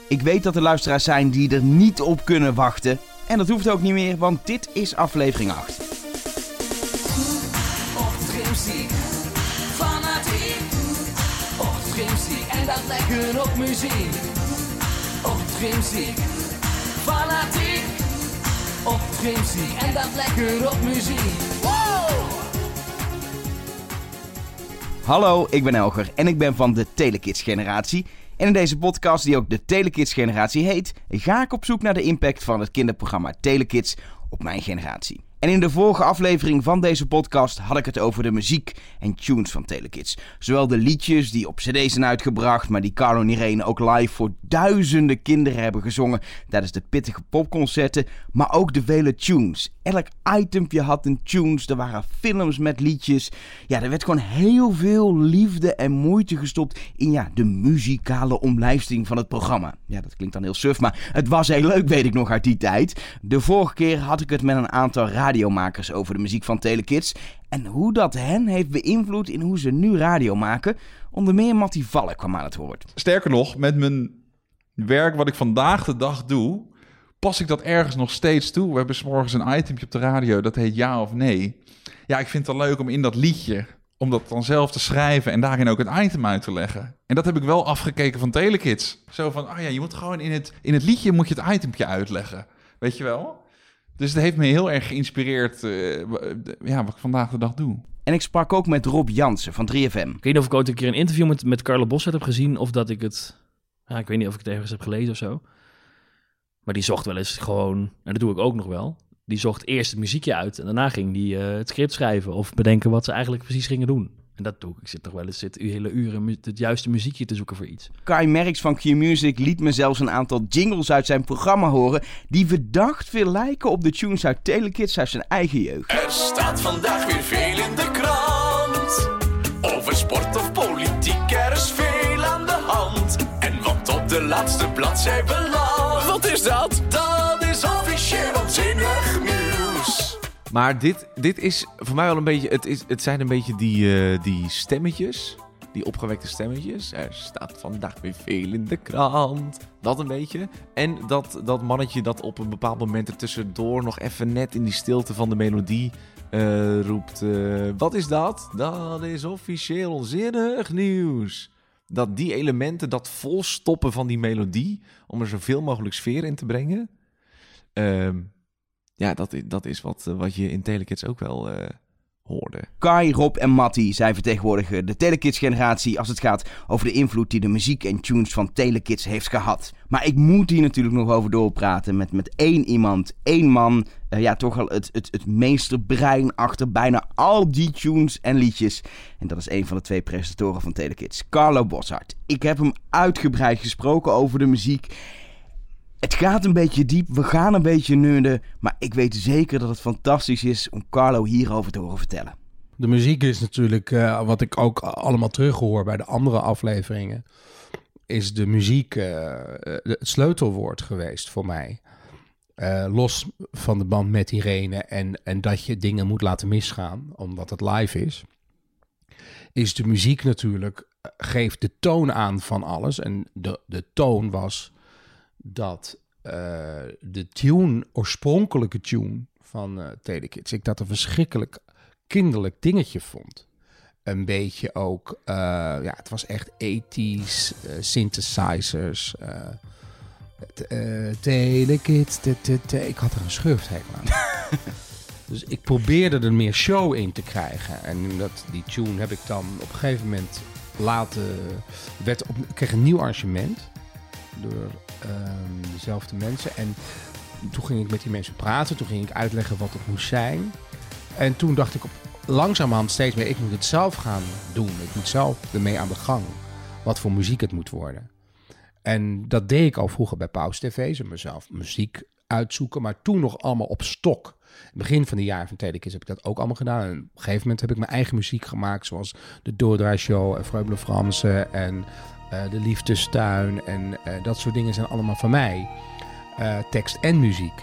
Ik weet dat er luisteraars zijn die er niet op kunnen wachten. En dat hoeft ook niet meer, want dit is aflevering 8. Ochtendgymmuziek, fanatiek. Ochtendgymmuziek en dat lekker op muziek. Ochtendgymmuziek, fanatiek. Ochtendgymmuziek en dat lekker op muziek. Wow! Hallo, ik ben Elger en ik ben van de Telekids generatie. En in deze podcast, die ook de Telekids generatie heet, ga ik op zoek naar de impact van het kinderprogramma Telekids op mijn generatie. En in de vorige aflevering van deze podcast had ik het over de muziek en tunes van Telekids. Zowel de liedjes die op cd's zijn uitgebracht, maar die Carlo en Irene ook live voor duizenden kinderen hebben gezongen tijdens de pittige popconcerten, maar ook de vele tunes. Elk itempje had een tunes, er waren films met liedjes. Ja, er werd gewoon heel veel liefde en moeite gestopt in de muzikale omlijsting van het programma. Ja, dat klinkt dan heel suf, maar het was heel leuk, weet ik nog uit die tijd. De vorige keer had ik het met een aantal radiomakers over de muziek van Telekids en hoe dat hen heeft beïnvloed in hoe ze nu radio maken. Onder meer Mattie Valk kwam aan het woord. Sterker nog, met mijn werk wat ik vandaag de dag doe, pas ik dat ergens nog steeds toe. We hebben 's morgens een itempje op de radio, dat heet ja of nee. Ja, ik vind het wel leuk om in dat liedje, om dat dan zelf te schrijven en daarin ook het item uit te leggen. En dat heb ik wel afgekeken van Telekids. Zo van, je moet gewoon in het liedje moet je het itempje uitleggen. Weet je wel? Dus het heeft me heel erg geïnspireerd wat ik vandaag de dag doe. En ik sprak ook met Rob Jansen van 3FM. Ik weet niet of ik ooit een keer een interview met Carlo Boszhard heb gezien, of dat ik het... Ja, ik weet niet of ik het ergens heb gelezen of zo. Maar die zocht wel eens gewoon... En dat doe ik ook nog wel. Die zocht eerst het muziekje uit en daarna ging die het script schrijven of bedenken wat ze eigenlijk precies gingen doen. En dat doe ik. Ik zit toch wel eens hele uren het juiste muziekje te zoeken voor iets. Kai Merks van Q-Music liet me zelfs een aantal jingles uit zijn programma horen die verdacht veel lijken op de tunes uit Telekids uit zijn eigen jeugd. Er staat vandaag weer veel in de krant. Over sport of politiek, er is veel aan de hand. En wat op de laatste bladzij belandt. Wat is dat? Dat is officieel waanzinnig nieuws. Maar dit is voor mij wel een beetje... Het zijn een beetje die stemmetjes. Die opgewekte stemmetjes. Er staat vandaag weer veel in de krant. Dat een beetje. En dat mannetje dat op een bepaald moment er tussendoor nog even net in die stilte van de melodie roept... wat is dat? Dat is officieel onzinnig nieuws. Dat die elementen, dat volstoppen van die melodie... om er zoveel mogelijk sfeer in te brengen... dat is wat je in Telekids ook wel hoorde. Kai, Rob en Mattie, zij vertegenwoordigen de Telekids-generatie als het gaat over de invloed die de muziek en tunes van Telekids heeft gehad. Maar ik moet hier natuurlijk nog over doorpraten met één man, toch al het meesterbrein achter bijna al die tunes en liedjes. En dat is een van de 2 presentatoren van Telekids, Carlo Boszhard. Ik heb hem uitgebreid gesproken over de muziek. Het gaat een beetje diep, we gaan een beetje nerden, maar ik weet zeker dat het fantastisch is om Carlo hierover te horen vertellen. De muziek is natuurlijk, wat ik ook allemaal terughoor bij de andere afleveringen, is de muziek het sleutelwoord geweest voor mij. Los van de band met Irene en dat je dingen moet laten misgaan, omdat het live is de muziek natuurlijk, geeft de toon aan van alles. En de toon was... dat de oorspronkelijke tune van Telekids, ik dat een verschrikkelijk kinderlijk dingetje vond. Een beetje ook, het was echt 80's, synthesizers, Telekids, ik had er een schurfthekel aan. Dus ik probeerde er meer show in te krijgen. En die tune heb ik dan op een gegeven moment ik kreeg een nieuw arrangement door dezelfde mensen. En toen ging ik met die mensen praten. Toen ging ik uitleggen wat het moest zijn. En toen dacht ik langzamerhand steeds meer... ik moet het zelf gaan doen. Ik moet zelf ermee aan de gang. Wat voor muziek het moet worden. En dat deed ik al vroeger bij Paus TV. Ze mezelf muziek uitzoeken. Maar toen nog allemaal op stok. Begin van de jaren van Telekids heb ik dat ook allemaal gedaan. En op een gegeven moment heb ik mijn eigen muziek gemaakt. Zoals de Doordraaishow en Freubele Fransen en... de Liefdestuin en dat soort dingen zijn allemaal van mij. Tekst en muziek.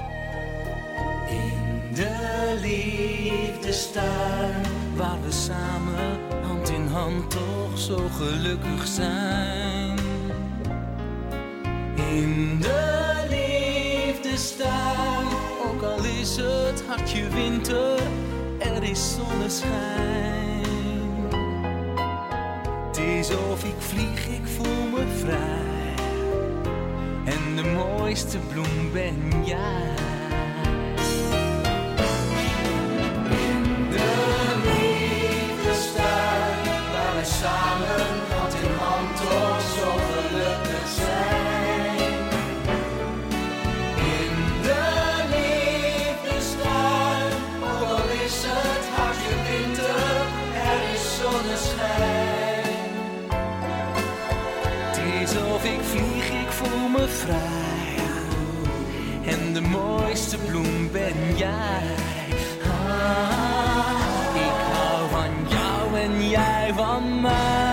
In de liefdestuin, waar we samen hand in hand toch zo gelukkig zijn. In de liefdestuin, ook al is het hartje winter, er is zonneschijn. Het is of ik vlieg, ik voel me vrij. En de mooiste bloem ben jij. In de liefdestuin, waar we samen hand in hand toch zo gelukkig zijn. In de liefdestuin, ook al is het hartje winter, er is zonneschijn. Het is of ik vlieg, ik voel me vrij. En de mooiste bloem ben jij. Ik hou van jou en jij van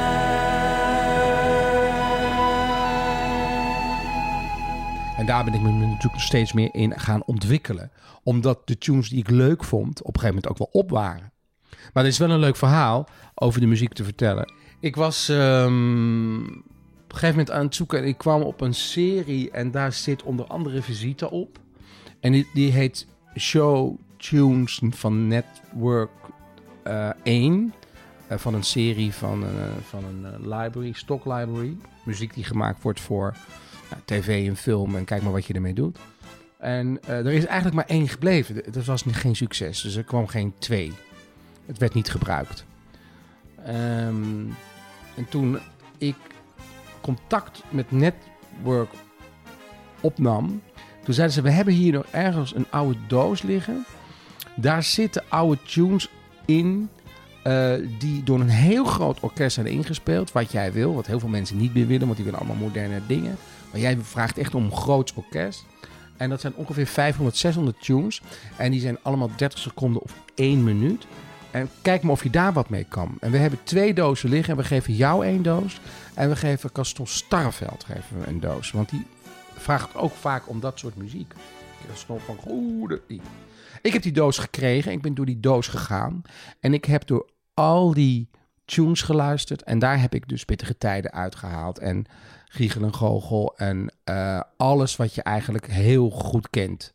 mij. En daar ben ik me natuurlijk nog steeds meer in gaan ontwikkelen. Omdat de tunes die ik leuk vond, op een gegeven moment ook wel op waren. Maar er is wel een leuk verhaal over de muziek te vertellen. Ik was op een gegeven moment aan het zoeken en ik kwam op een serie en daar zit onder andere Visita op. En die heet Show Tunes van Network 1. Van een serie van een library, stock library. Muziek die gemaakt wordt voor tv en film en kijk maar wat je ermee doet. En er is eigenlijk maar 1 gebleven. Dat was geen succes, dus er kwam geen 2. Het werd niet gebruikt. En toen ik contact met Network opnam, toen zeiden ze, we hebben hier nog ergens een oude doos liggen. Daar zitten oude tunes in die door een heel groot orkest zijn ingespeeld. Wat jij wil, wat heel veel mensen niet meer willen, want die willen allemaal moderne dingen. Maar jij vraagt echt om een groot orkest. En dat zijn ongeveer 500, 600 tunes. En die zijn allemaal 30 seconden of 1 minuut. En kijk maar of je daar wat mee kan. En we hebben 2 dozen liggen. En we geven jou 1 doos. En we geven Gaston Starreveld een doos. Want die vraagt ook vaak om dat soort muziek. Gaston van goede. Ik heb die doos gekregen. Ik ben door die doos gegaan. En ik heb door al die tunes geluisterd. En daar heb ik dus Pittige Tijden uitgehaald. En Giegel en Goochel. En alles wat je eigenlijk heel goed kent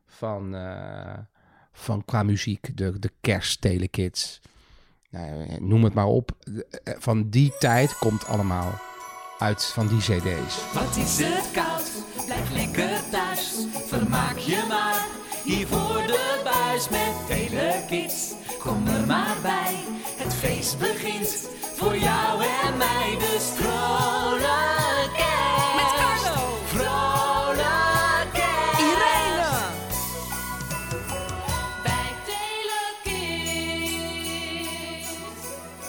van qua muziek. De kerst, Telekids. Nou, noem het maar op. Van die tijd komt allemaal uit van die cd's. Wat is het koud, blijf lekker thuis. Vermaak je maar, hier voor de buis met Telekids. Kom er maar bij, het feest begint. Voor jou en mij, dus vrolijk kerst. Met Carlo. Vrolijk kerst. Irene. Bij Telekids.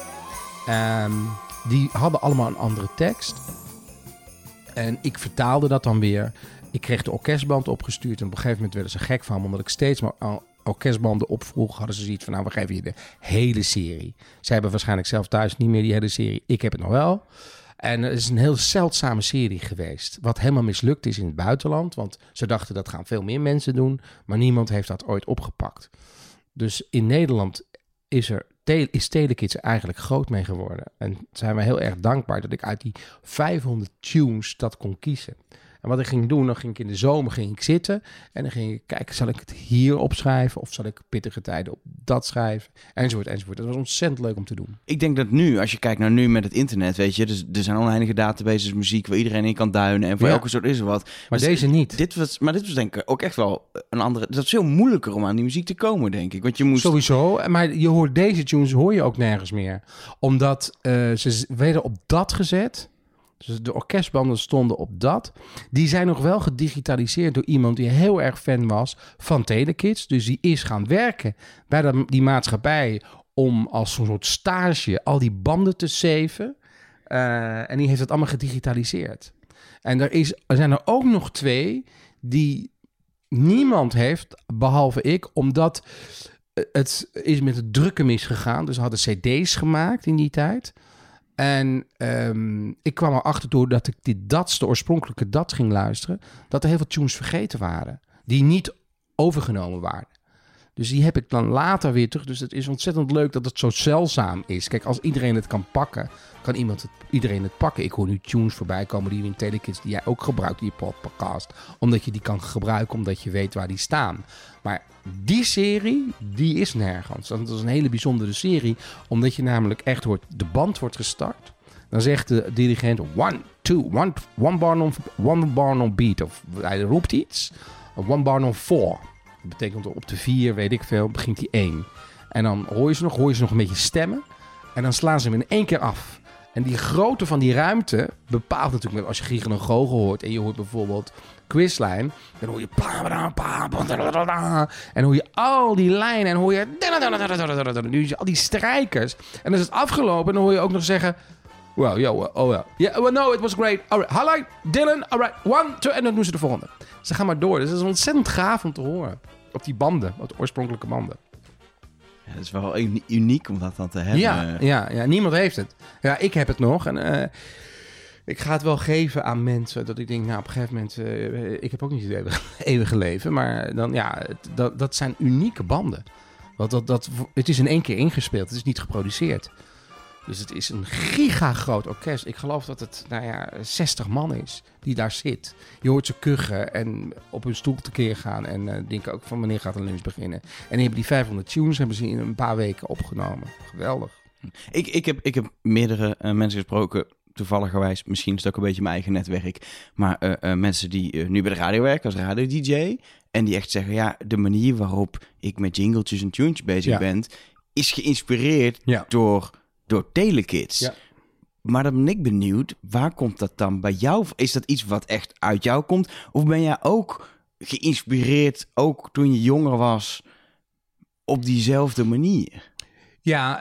Die hadden allemaal een andere tekst. En ik vertaalde dat dan weer. Ik kreeg de orkestband opgestuurd. En op een gegeven moment werden ze gek van me. Omdat ik steeds maar orkestbanden opvroeg. Hadden ze zoiets van, nou, we geven je de hele serie. Zij hebben waarschijnlijk zelf thuis niet meer die hele serie. Ik heb het nog wel. En het is een heel zeldzame serie geweest. Wat helemaal mislukt is in het buitenland. Want ze dachten, dat gaan veel meer mensen doen. Maar niemand heeft dat ooit opgepakt. Dus in Nederland is Telekids eigenlijk groot mee geworden. En zijn we heel erg dankbaar dat ik uit die 500 tunes dat kon kiezen. En wat ik ging doen, dan ging ik in de zomer zitten. En dan ging ik kijken, zal ik het hier opschrijven? Of zal ik Pittige Tijden op dat schrijven? Enzovoort, enzovoort. Dat was ontzettend leuk om te doen. Ik denk dat nu, als je kijkt naar nu met het internet, weet je, dus er zijn oneindige databases muziek waar iedereen in kan duinen en voor elke soort is er wat. Maar dus deze niet. Dit was denk ik ook echt wel een andere. Dat is veel moeilijker om aan die muziek te komen, denk ik. Want je moest Sowieso, maar je hoort deze tunes hoor je ook nergens meer. Omdat ze werden op dat gezet. Dus de orkestbanden stonden op dat. Die zijn nog wel gedigitaliseerd door iemand die heel erg fan was van Telekids. Dus die is gaan werken bij die maatschappij om als zo'n soort stage al die banden te saven. En die heeft het allemaal gedigitaliseerd. En er zijn er ook nog 2 die niemand heeft, behalve ik, omdat het is met het drukken misgegaan. Dus ze hadden cd's gemaakt in die tijd. En ik kwam erachter doordat ik de oorspronkelijke dat ging luisteren, dat er heel veel tunes vergeten waren, die niet overgenomen waren. Dus die heb ik dan later weer terug. Dus het is ontzettend leuk dat het zo zeldzaam is. Kijk, als iedereen het kan pakken, kan iedereen het pakken. Ik hoor nu tunes voorbij komen die in Telekids die jij ook gebruikt in je podcast. Omdat je die kan gebruiken, omdat je weet waar die staan. Maar die serie, die is nergens. Dat is een hele bijzondere serie. Omdat je namelijk echt hoort, de band wordt gestart. Dan zegt de dirigent 1, 2, one bar on beat. Of hij roept iets. One bar on 4. Dat betekent op de 4, weet ik veel, begint die 1. En dan hoor je ze nog een beetje stemmen. En dan slaan ze hem in één keer af. En die grootte van die ruimte bepaalt natuurlijk, als je Giegel en Gogel hoort en je hoort bijvoorbeeld Quizline, dan hoor je en hoor je al die lijnen en hoor je nu al die strijkers. En dan is het afgelopen en dan hoor je ook nog zeggen, well, yeah, no, it was great. Alright, highlight, Dylan, alright, 1, 2, en dan doen ze de volgende. Ze gaan maar door. Dus dat is ontzettend gaaf om te horen. Op die banden, op de oorspronkelijke banden. Ja, dat is wel uniek om dat dan te hebben. Ja, niemand heeft het. Ja, ik heb het nog. En ik ga het wel geven aan mensen. Dat ik denk, nou, op een gegeven moment, ik heb ook niet het eeuwige leven. Maar dan, ja, dat zijn unieke banden. Want het is in één keer ingespeeld. Het is niet geproduceerd. Dus het is een gigagroot orkest. Ik geloof dat het 60 man is die daar zit. Je hoort ze kuchen en op hun stoel tekeer gaan. En denken ook van wanneer gaat de lunch beginnen. En die hebben die 500 tunes hebben ze in een paar weken opgenomen. Geweldig. Ik heb meerdere mensen gesproken, toevalligerwijs. Misschien is het ook een beetje mijn eigen netwerk. Maar mensen die nu bij de radio werken als radio-dj. En die echt zeggen, ja, de manier waarop ik met jingletjes en tunes bezig ben, is geïnspireerd door Telekids. Ja. Maar dan ben ik benieuwd, waar komt dat dan bij jou? Is dat iets wat echt uit jou komt? Of ben jij ook geïnspireerd, ook toen je jonger was, op diezelfde manier? Ja,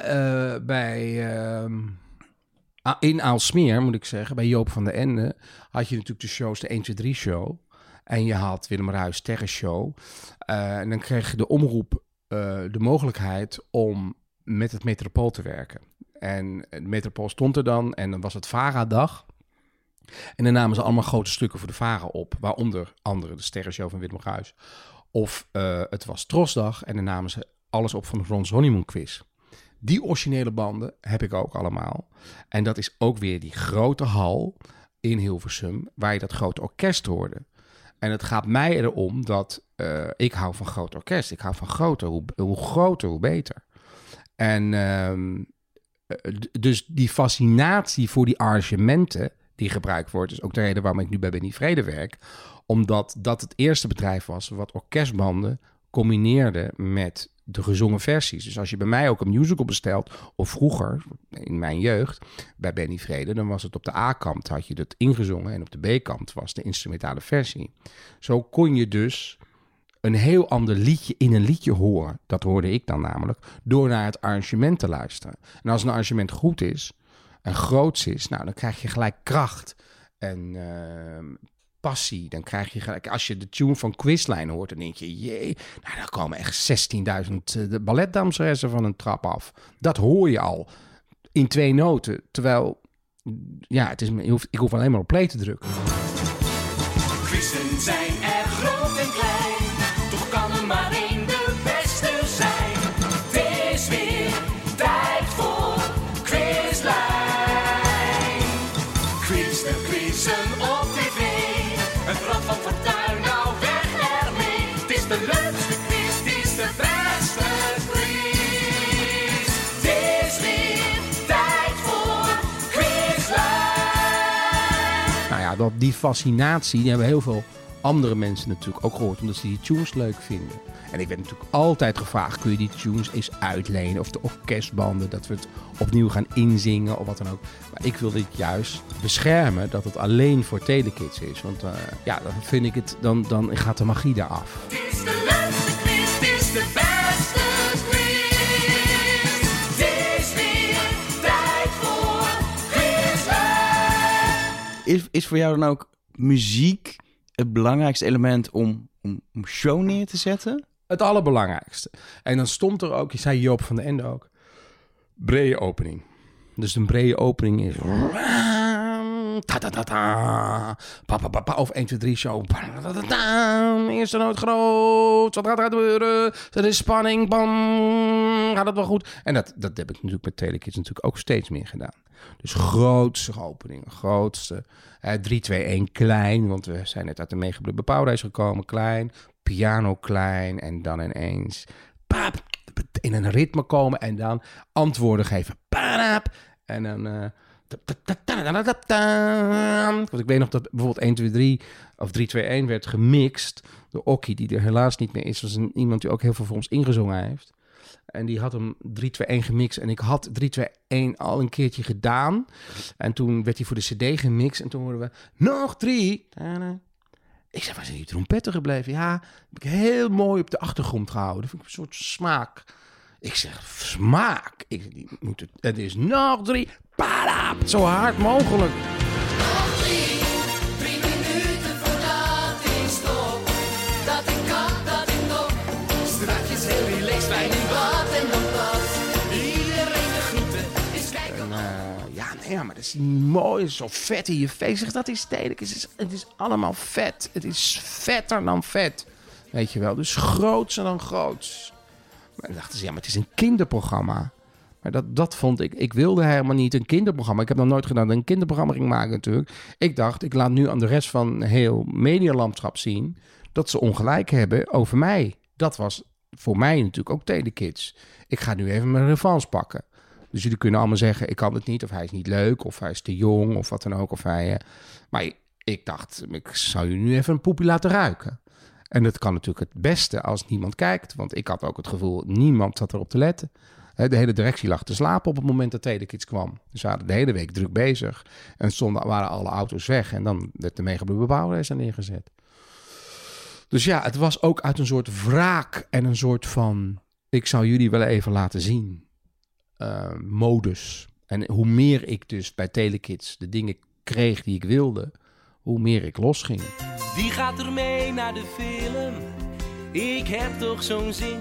in Aalsmeer, moet ik zeggen, bij Joop van den Ende, had je natuurlijk de shows, de 1, 2, 3 show. En je had Willem Ruijs Sterrenshow. En dan kreeg de omroep de mogelijkheid om met het Metropool te werken. En het Metropool stond er dan en dan was het VARA-dag. En dan namen ze allemaal grote stukken voor de VARA op. Waaronder andere de Sterrenshow van Willem Ruijs. Of het was Trosdag en dan namen ze alles op van de Ron's Honeymoon Quiz. Die originele banden heb ik ook allemaal. En dat is ook weer die grote hal in Hilversum, waar je dat grote orkest hoorde. En het gaat mij erom dat ik hou van groot orkest. Ik hou van groter. Hoe groter, hoe beter. En dus die fascinatie voor die arrangementen die gebruikt wordt, is ook de reden waarom ik nu bij Benny Vrede werk. Omdat dat het eerste bedrijf was wat orkestbanden combineerde met de gezongen versies. Dus als je bij mij ook een musical bestelt, of vroeger, in mijn jeugd, bij Benny Vrede, dan was het op de A-kant had je het ingezongen en op de B-kant was de instrumentale versie. Zo kon je dus een heel ander liedje in een liedje horen. Dat hoorde ik dan namelijk, door naar het arrangement te luisteren. En als een arrangement goed is en groots is, nou, dan krijg je gelijk kracht en passie. Dan krijg je gelijk, als je de tune van Quizline hoort, dan denk je, jee, nou, dan komen echt 16.000 balletdanseressen van een trap af. Dat hoor je al in 2 noten. Terwijl, ja, ik hoef alleen maar op play te drukken. Quizzen zijn er groot en klein, toch kan er maar één de beste zijn. Het is weer tijd voor Quizline. Quiz de quizzen op tv, het rad van fortuin, nou weg ermee. Het is de leukste quiz, het is de beste quiz. Het is weer tijd voor Quizline. Nou ja, die fascinatie, die hebben heel veel andere mensen natuurlijk ook gehoord, omdat ze die tunes leuk vinden. En ik werd natuurlijk altijd gevraagd, kun je die tunes eens uitlenen, of de orkestbanden, dat we het opnieuw gaan inzingen of wat dan ook. Maar ik wil dit juist beschermen, dat het alleen voor Telekids is. Want dan vind ik het, dan gaat de magie daar af. Het is de leukste quiz, het is de beste quiz. Het is weer tijd voor Quizline. Is voor jou dan ook muziek het belangrijkste element om show neer te zetten? Het allerbelangrijkste. En dan stond er ook, je zei Joop van den Ende ook, brede opening. Dus een brede opening is Ta-ta-ta-ta. Pa-pa-pa-pa. Of 1, 2, 3 show. Ta-ta-ta-ta. Eerste noot groot. Wat gaat er gebeuren? Er is spanning. Bam. Gaat het wel goed? En dat heb ik natuurlijk met Telekids natuurlijk ook steeds meer gedaan. Dus grootste openingen. Grootste. 3, 2, 1 klein. Want we zijn net uit de Mega Blubber Pauwreis gekomen. Klein. Piano klein. En dan ineens... Pap. In een ritme komen. En dan antwoorden geven. Paap. En dan... Want ik weet nog dat bijvoorbeeld 1, 2, 3 of 3, 2, 1 werd gemixt door Okkie, die er helaas niet meer is. Dat was iemand die ook heel veel voor ons ingezongen heeft. En die had hem 3, 2, 1 gemixt. En ik had 3, 2, 1 al een keertje gedaan. En toen werd hij voor de cd gemixt. En toen hoorden we nog 3. Ik zei, waar zijn die trompetten gebleven? Ja, heb ik heel mooi op de achtergrond gehouden. Dat vind ik een soort smaak. Ik zeg, smaak? Het is nog 3. Padap, zo hard mogelijk. Nog 3 minuten voordat ik stop. Dat ik kan, dat ik nog. Strakjes heel relaxed, fijn in bad en dan dat. Iedereen de groeten, is kijken. Maar dat is mooi, zo vet in je face. Zeg, dat is stedelijk. Het is allemaal vet. Het is vetter dan vet. Weet je wel, dus grootser dan groots. Maar dan dachten ze, maar het is een kinderprogramma. Maar dat vond ik. Ik wilde helemaal niet een kinderprogramma. Ik heb nog nooit gedaan dat ik een kinderprogramma ging maken natuurlijk. Ik dacht, ik laat nu aan de rest van heel medialandschap zien dat ze ongelijk hebben over mij. Dat was voor mij natuurlijk ook Telekids. Ik ga nu even mijn revanche pakken. Dus jullie kunnen allemaal zeggen, ik kan het niet, of hij is niet leuk, of hij is te jong, of wat dan ook. Maar ik dacht, ik zou jullie nu even een poepie laten ruiken. En dat kan natuurlijk het beste als niemand kijkt. Want ik had ook het gevoel, niemand zat erop te letten. De hele directie lag te slapen op het moment dat Telekids kwam. Dus we waren de hele week druk bezig. En waren alle auto's weg. En dan werd de Mega Blubber Pauwreis aan neergezet. Dus ja, het was ook uit een soort wraak en een soort van... ik zou jullie wel even laten zien. Modus. En hoe meer ik dus bij Telekids de dingen kreeg die ik wilde... hoe meer ik losging. Wie gaat er mee naar de film? Ik heb toch zo'n zin.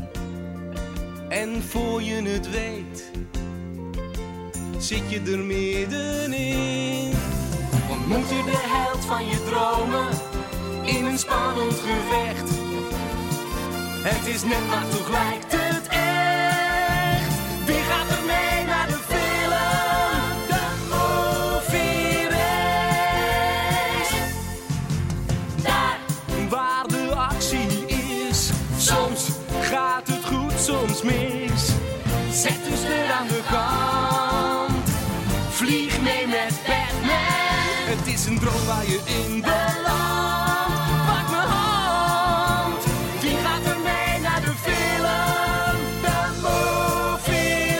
En voor je het weet, zit je er middenin. Ontmoet je de held van je dromen in een spannend gevecht. Het is net, maar toch lijkt het echt. Wie gaat er mee naar de film? De Movie Race. Daar waar de actie is. Soms gaat het goed, soms mis. Zet een sleur aan de kant. Vlieg mee met Batman. Het is een droom waar je in belandt. Pak mijn hand. Wie gaat er mee naar de film? De Movie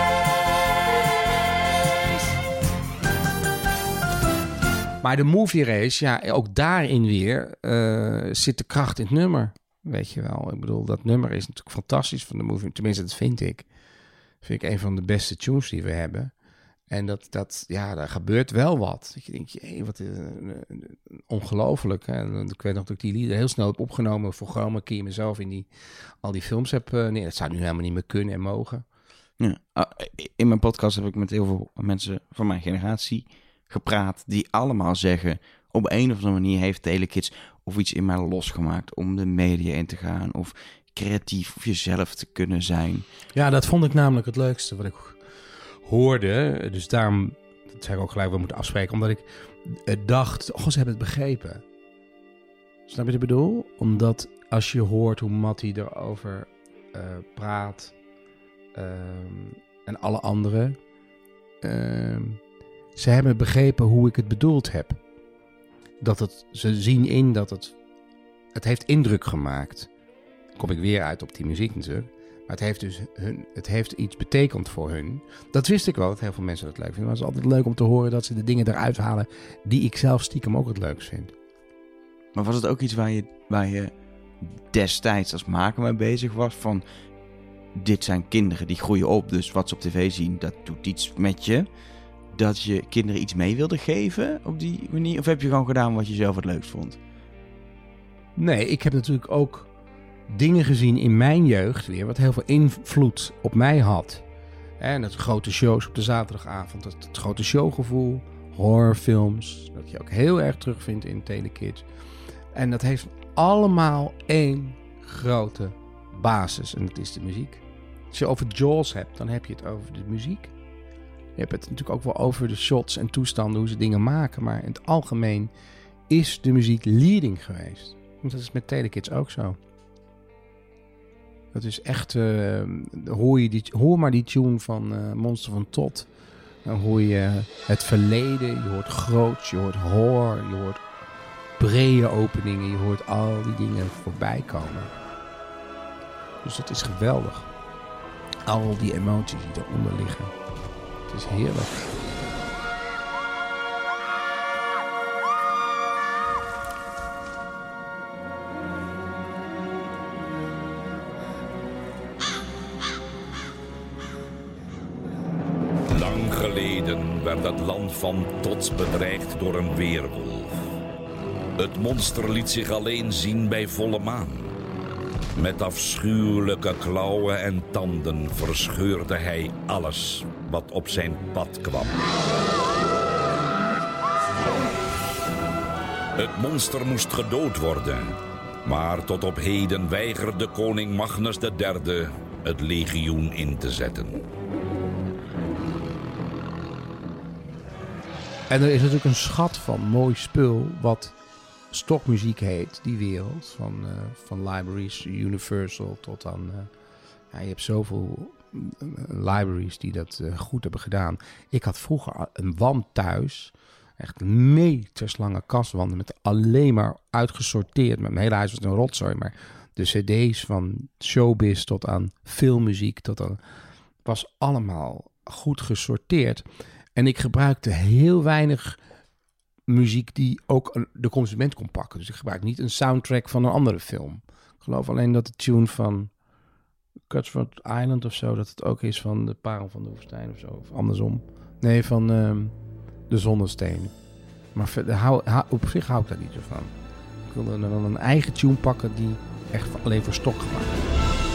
Race. Maar de Movie Race, ja, ook daarin weer zit de kracht in het nummer. Weet je wel, ik bedoel, dat nummer is natuurlijk fantastisch van de movie. Tenminste, dat vind ik. Vind ik een van de beste tunes die we hebben. En daar gebeurt wel wat. Dat je denkt, wat ongelooflijk. Hè? Ik weet nog dat ik die lieden heel snel heb opgenomen voor Chroma Key en mezelf in al die films heb. Nee, dat zou nu helemaal niet meer kunnen en mogen. Ja. In mijn podcast heb ik met heel veel mensen van mijn generatie gepraat die allemaal zeggen, op een of andere manier heeft Telekids of iets in mij losgemaakt om de media in te gaan of creatief of jezelf te kunnen zijn. Ja, dat vond ik namelijk het leukste wat ik hoorde. Dus daarom, dat zei ik ook gelijk, we moeten afspreken, omdat ik dacht, ze hebben het begrepen. Snap je wat ik bedoel? Omdat als je hoort hoe Mattie erover praat en alle anderen, ze hebben begrepen hoe ik het bedoeld heb. Ze zien in dat het heeft indruk gemaakt. Dan kom ik weer uit op die muziek natuurlijk. Maar het heeft iets betekend voor hun. Dat wist ik wel, dat heel veel mensen dat leuk vinden. Maar het is altijd leuk om te horen dat ze de dingen eruit halen die ik zelf stiekem ook het leukst vind. Maar was het ook iets waar je destijds als maker mee bezig was? Van, dit zijn kinderen die groeien op, dus wat ze op tv zien, dat doet iets met je. Dat je kinderen iets mee wilde geven op die manier? Of heb je gewoon gedaan wat je zelf het leukst vond? Nee, ik heb natuurlijk ook dingen gezien in mijn jeugd weer, wat heel veel invloed op mij had. En dat grote shows op de zaterdagavond, het grote showgevoel, horrorfilms. Dat je ook heel erg terugvindt in Telekids. En dat heeft allemaal één grote basis. En dat is de muziek. Als je over Jaws hebt, dan heb je het over de muziek. Je hebt het natuurlijk ook wel over de shots en toestanden, hoe ze dingen maken. Maar in het algemeen is de muziek leading geweest. Want dat is met Telekids ook zo. Dat is echt... hoor maar die tune van Monster van Todd. Dan hoor je het verleden, je hoort groots, je hoort horror, je hoort brede openingen. Je hoort al die dingen voorbij komen. Dus dat is geweldig. Al die emoties die eronder liggen. Het is heerlijk. Lang geleden werd het land van Tods bedreigd door een weerwolf. Het monster liet zich alleen zien bij volle maan. Met afschuwelijke klauwen en tanden verscheurde hij alles wat op zijn pad kwam. Het monster moest gedood worden. Maar tot op heden weigerde koning Magnus III het legioen in te zetten. En er is natuurlijk een schat van mooi spul wat stokmuziek heet, die wereld. Van libraries, Universal tot aan... je hebt zoveel libraries die dat goed hebben gedaan. Ik had vroeger een wand thuis. Echt meterslange kastwanden met alleen maar uitgesorteerd. Mijn hele huis was een rotzooi, maar de cd's van showbiz tot aan filmmuziek tot aan... was allemaal goed gesorteerd. En ik gebruikte heel weinig muziek die ook de consument kon pakken. Dus ik gebruik niet een soundtrack van een andere film. Ik geloof alleen dat de tune van Cutthroat Island of zo, dat het ook is van de Parel van de Woestijn of zo. Of andersom. Nee, van de Zonnesteen. Maar op zich hou ik daar niet zo van. Ik wilde dan een eigen tune pakken die echt alleen voor stok gemaakt is.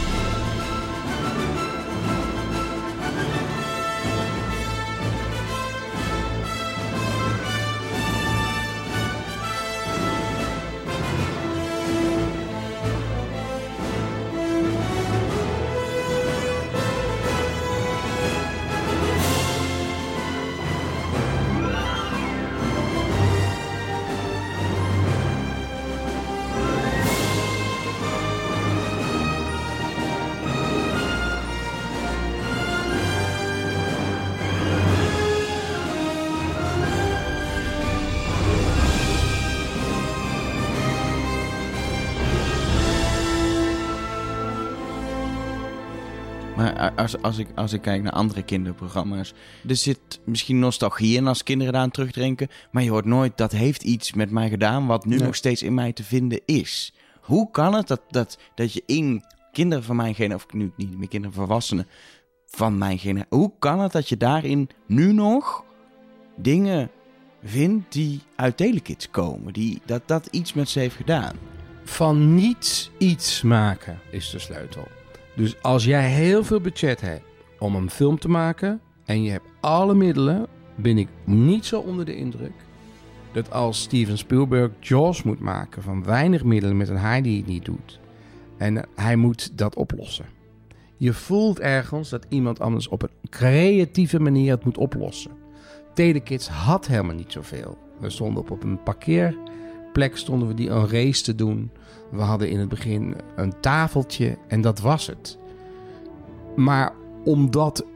Maar als ik kijk naar andere kinderprogramma's, er zit misschien nostalgie in als kinderen daaraan terugdenken, maar je hoort nooit, dat heeft iets met mij gedaan wat nu nog steeds in mij te vinden is. Hoe kan het dat je in kinderen van mijn generatie, of nu niet meer kinderen, volwassenen van mijn generatie, hoe kan het dat je daarin nu nog dingen vindt die uit Telekids komen, dat iets met ze heeft gedaan? Van niets iets maken is de sleutel. Dus als jij heel veel budget hebt om een film te maken en je hebt alle middelen, ben ik niet zo onder de indruk dat als Steven Spielberg Jaws moet maken van weinig middelen met een haai die het niet doet. En hij moet dat oplossen. Je voelt ergens dat iemand anders op een creatieve manier het moet oplossen. Telekids had helemaal niet zoveel. We stonden op een parkeerplek, stonden we een race te doen. We hadden in het begin een tafeltje en dat was het. Maar omdat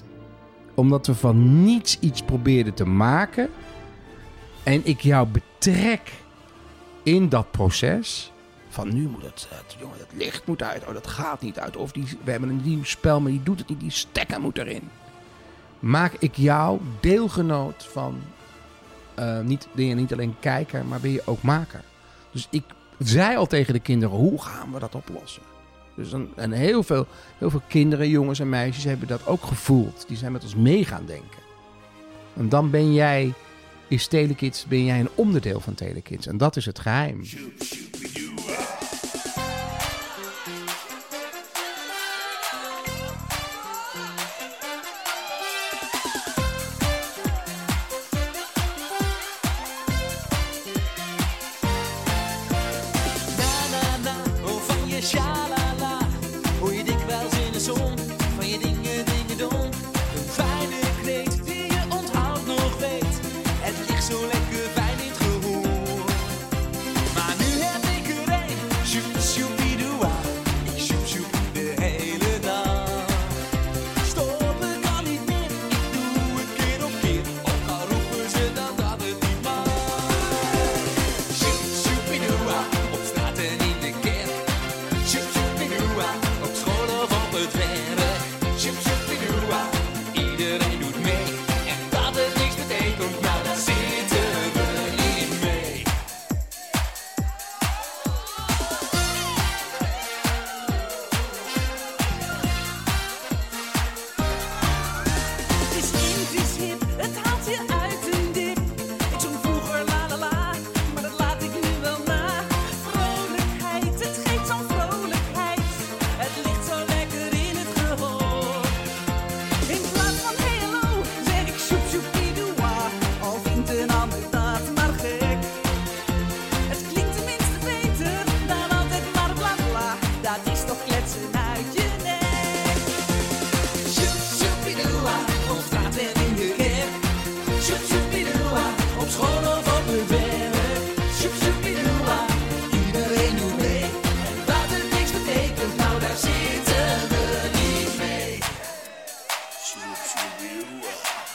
we van niets iets probeerden te maken en ik jou betrek in dat proces, van nu moet het licht moet uit, dat gaat niet uit. Of we hebben een nieuw spel, maar die doet het niet, die stekker moet erin. Maak ik jou deelgenoot van, niet alleen kijker, maar ben je ook maker. Dus ik zei al tegen de kinderen, hoe gaan we dat oplossen? Dus en heel veel kinderen, jongens en meisjes hebben dat ook gevoeld. Die zijn met ons mee gaan denken. En dan is Telekids, ben jij een onderdeel van Telekids. En dat is het geheim. shalala. Hoor je dikwijls in de zon, van je dingen doen. Een fijne kreet die je onthoudt nog weet. Het ligt zo lekker fijn in het gehoor. Maar nu heb ik er een, sjoep sjoepiedoa. Ik sjoep sjoep de hele dag. Stoppen kan niet meer, ik doe het keer op keer. Ook al roepen ze dan dat het niet mag. Sjoep sjoepiedoa, op straat en in de kerk. Sjoep sjoepiedoa, op school of op het werk. Sjoep sjoepiedoa, iedereen doet mee. En dat het niks betekent, nou daar zitten we niet mee. Het is in, het is hip, het haalt je uit een dip. Ik zong vroeger la la la, maar dat laat ik nu wel na. Vrolijkheid, het geeft zo'n vrolijkheid. Het ligt zo lekker in het gehoor. In plaats van hey hallo, zeg ik sjoep sjoepiedoa. Al vindt een ander dat maar gek. Het klinkt tenminste beter dan altijd maar bla bla. Dat is toch kletsen uit je nek. Sjoep sjoepiedoa, op straat en in de kerk. Sjoep sjoepiedoa, op school of op het werk. Sjoep sjoepiedoa, iedereen doet mee. En dat het niks betekent, nou daar zitten we niet mee. Sjoep sjoepiedoa.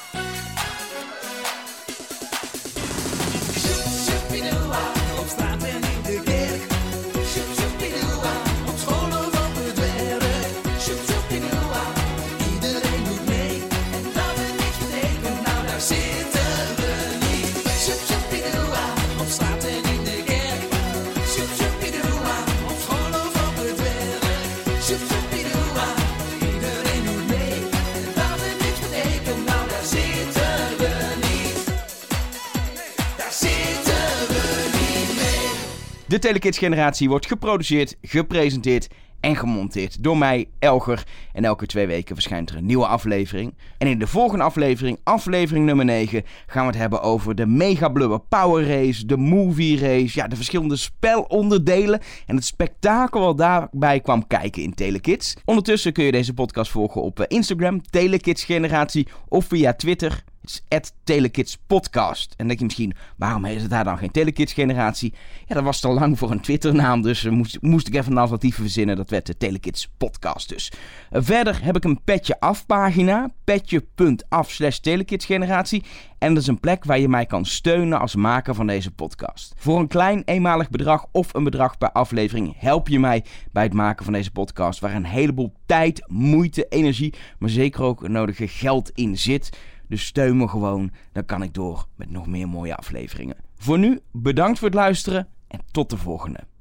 Sjoep sjoepiedoa, op straat en in de kerk. Sjoep sjoepiedoa, op school of op het werk. Sjoep sjoepiedoa, iedereen doet mee. En dat het niks betekent, nou daar zitten we niet. Sjoep sjoepiedoa, op straat en in de kerk. Sjoep sjoepiedoa, op school of op het werk. Sjoep sjoepiedoa, iedereen doet mee. En dat het niks betekent, nou daar zitten we niet. Daar zitten we niet mee. De Telekids Generatie wordt geproduceerd, gepresenteerd en gemonteerd door mij, Elger. En elke 2 weken verschijnt er een nieuwe aflevering. En in de volgende aflevering, aflevering nummer 9, gaan we het hebben over de Mega Blubber Power Race, de Movie Race, ja, de verschillende spelonderdelen en het spektakel wat daarbij kwam kijken in Telekids. Ondertussen kun je deze podcast volgen op Instagram, Telekids Generatie, of via Twitter. Het is @telekidspodcast. En dan denk je misschien, waarom heet het daar dan geen Telekids Generatie? Ja, dat was te lang voor een Twitternaam, dus moest ik even een alternatief verzinnen. Dat werd de Telekids Podcast dus. Verder heb ik een Petje Af pagina, petje.af/telekidsgeneratie. En dat is een plek waar je mij kan steunen als maker van deze podcast. Voor een klein eenmalig bedrag of een bedrag per aflevering help je mij bij het maken van deze podcast, waar een heleboel tijd, moeite, energie, maar zeker ook nodige geld in zit. Dus steun me gewoon, dan kan ik door met nog meer mooie afleveringen. Voor nu, bedankt voor het luisteren en tot de volgende.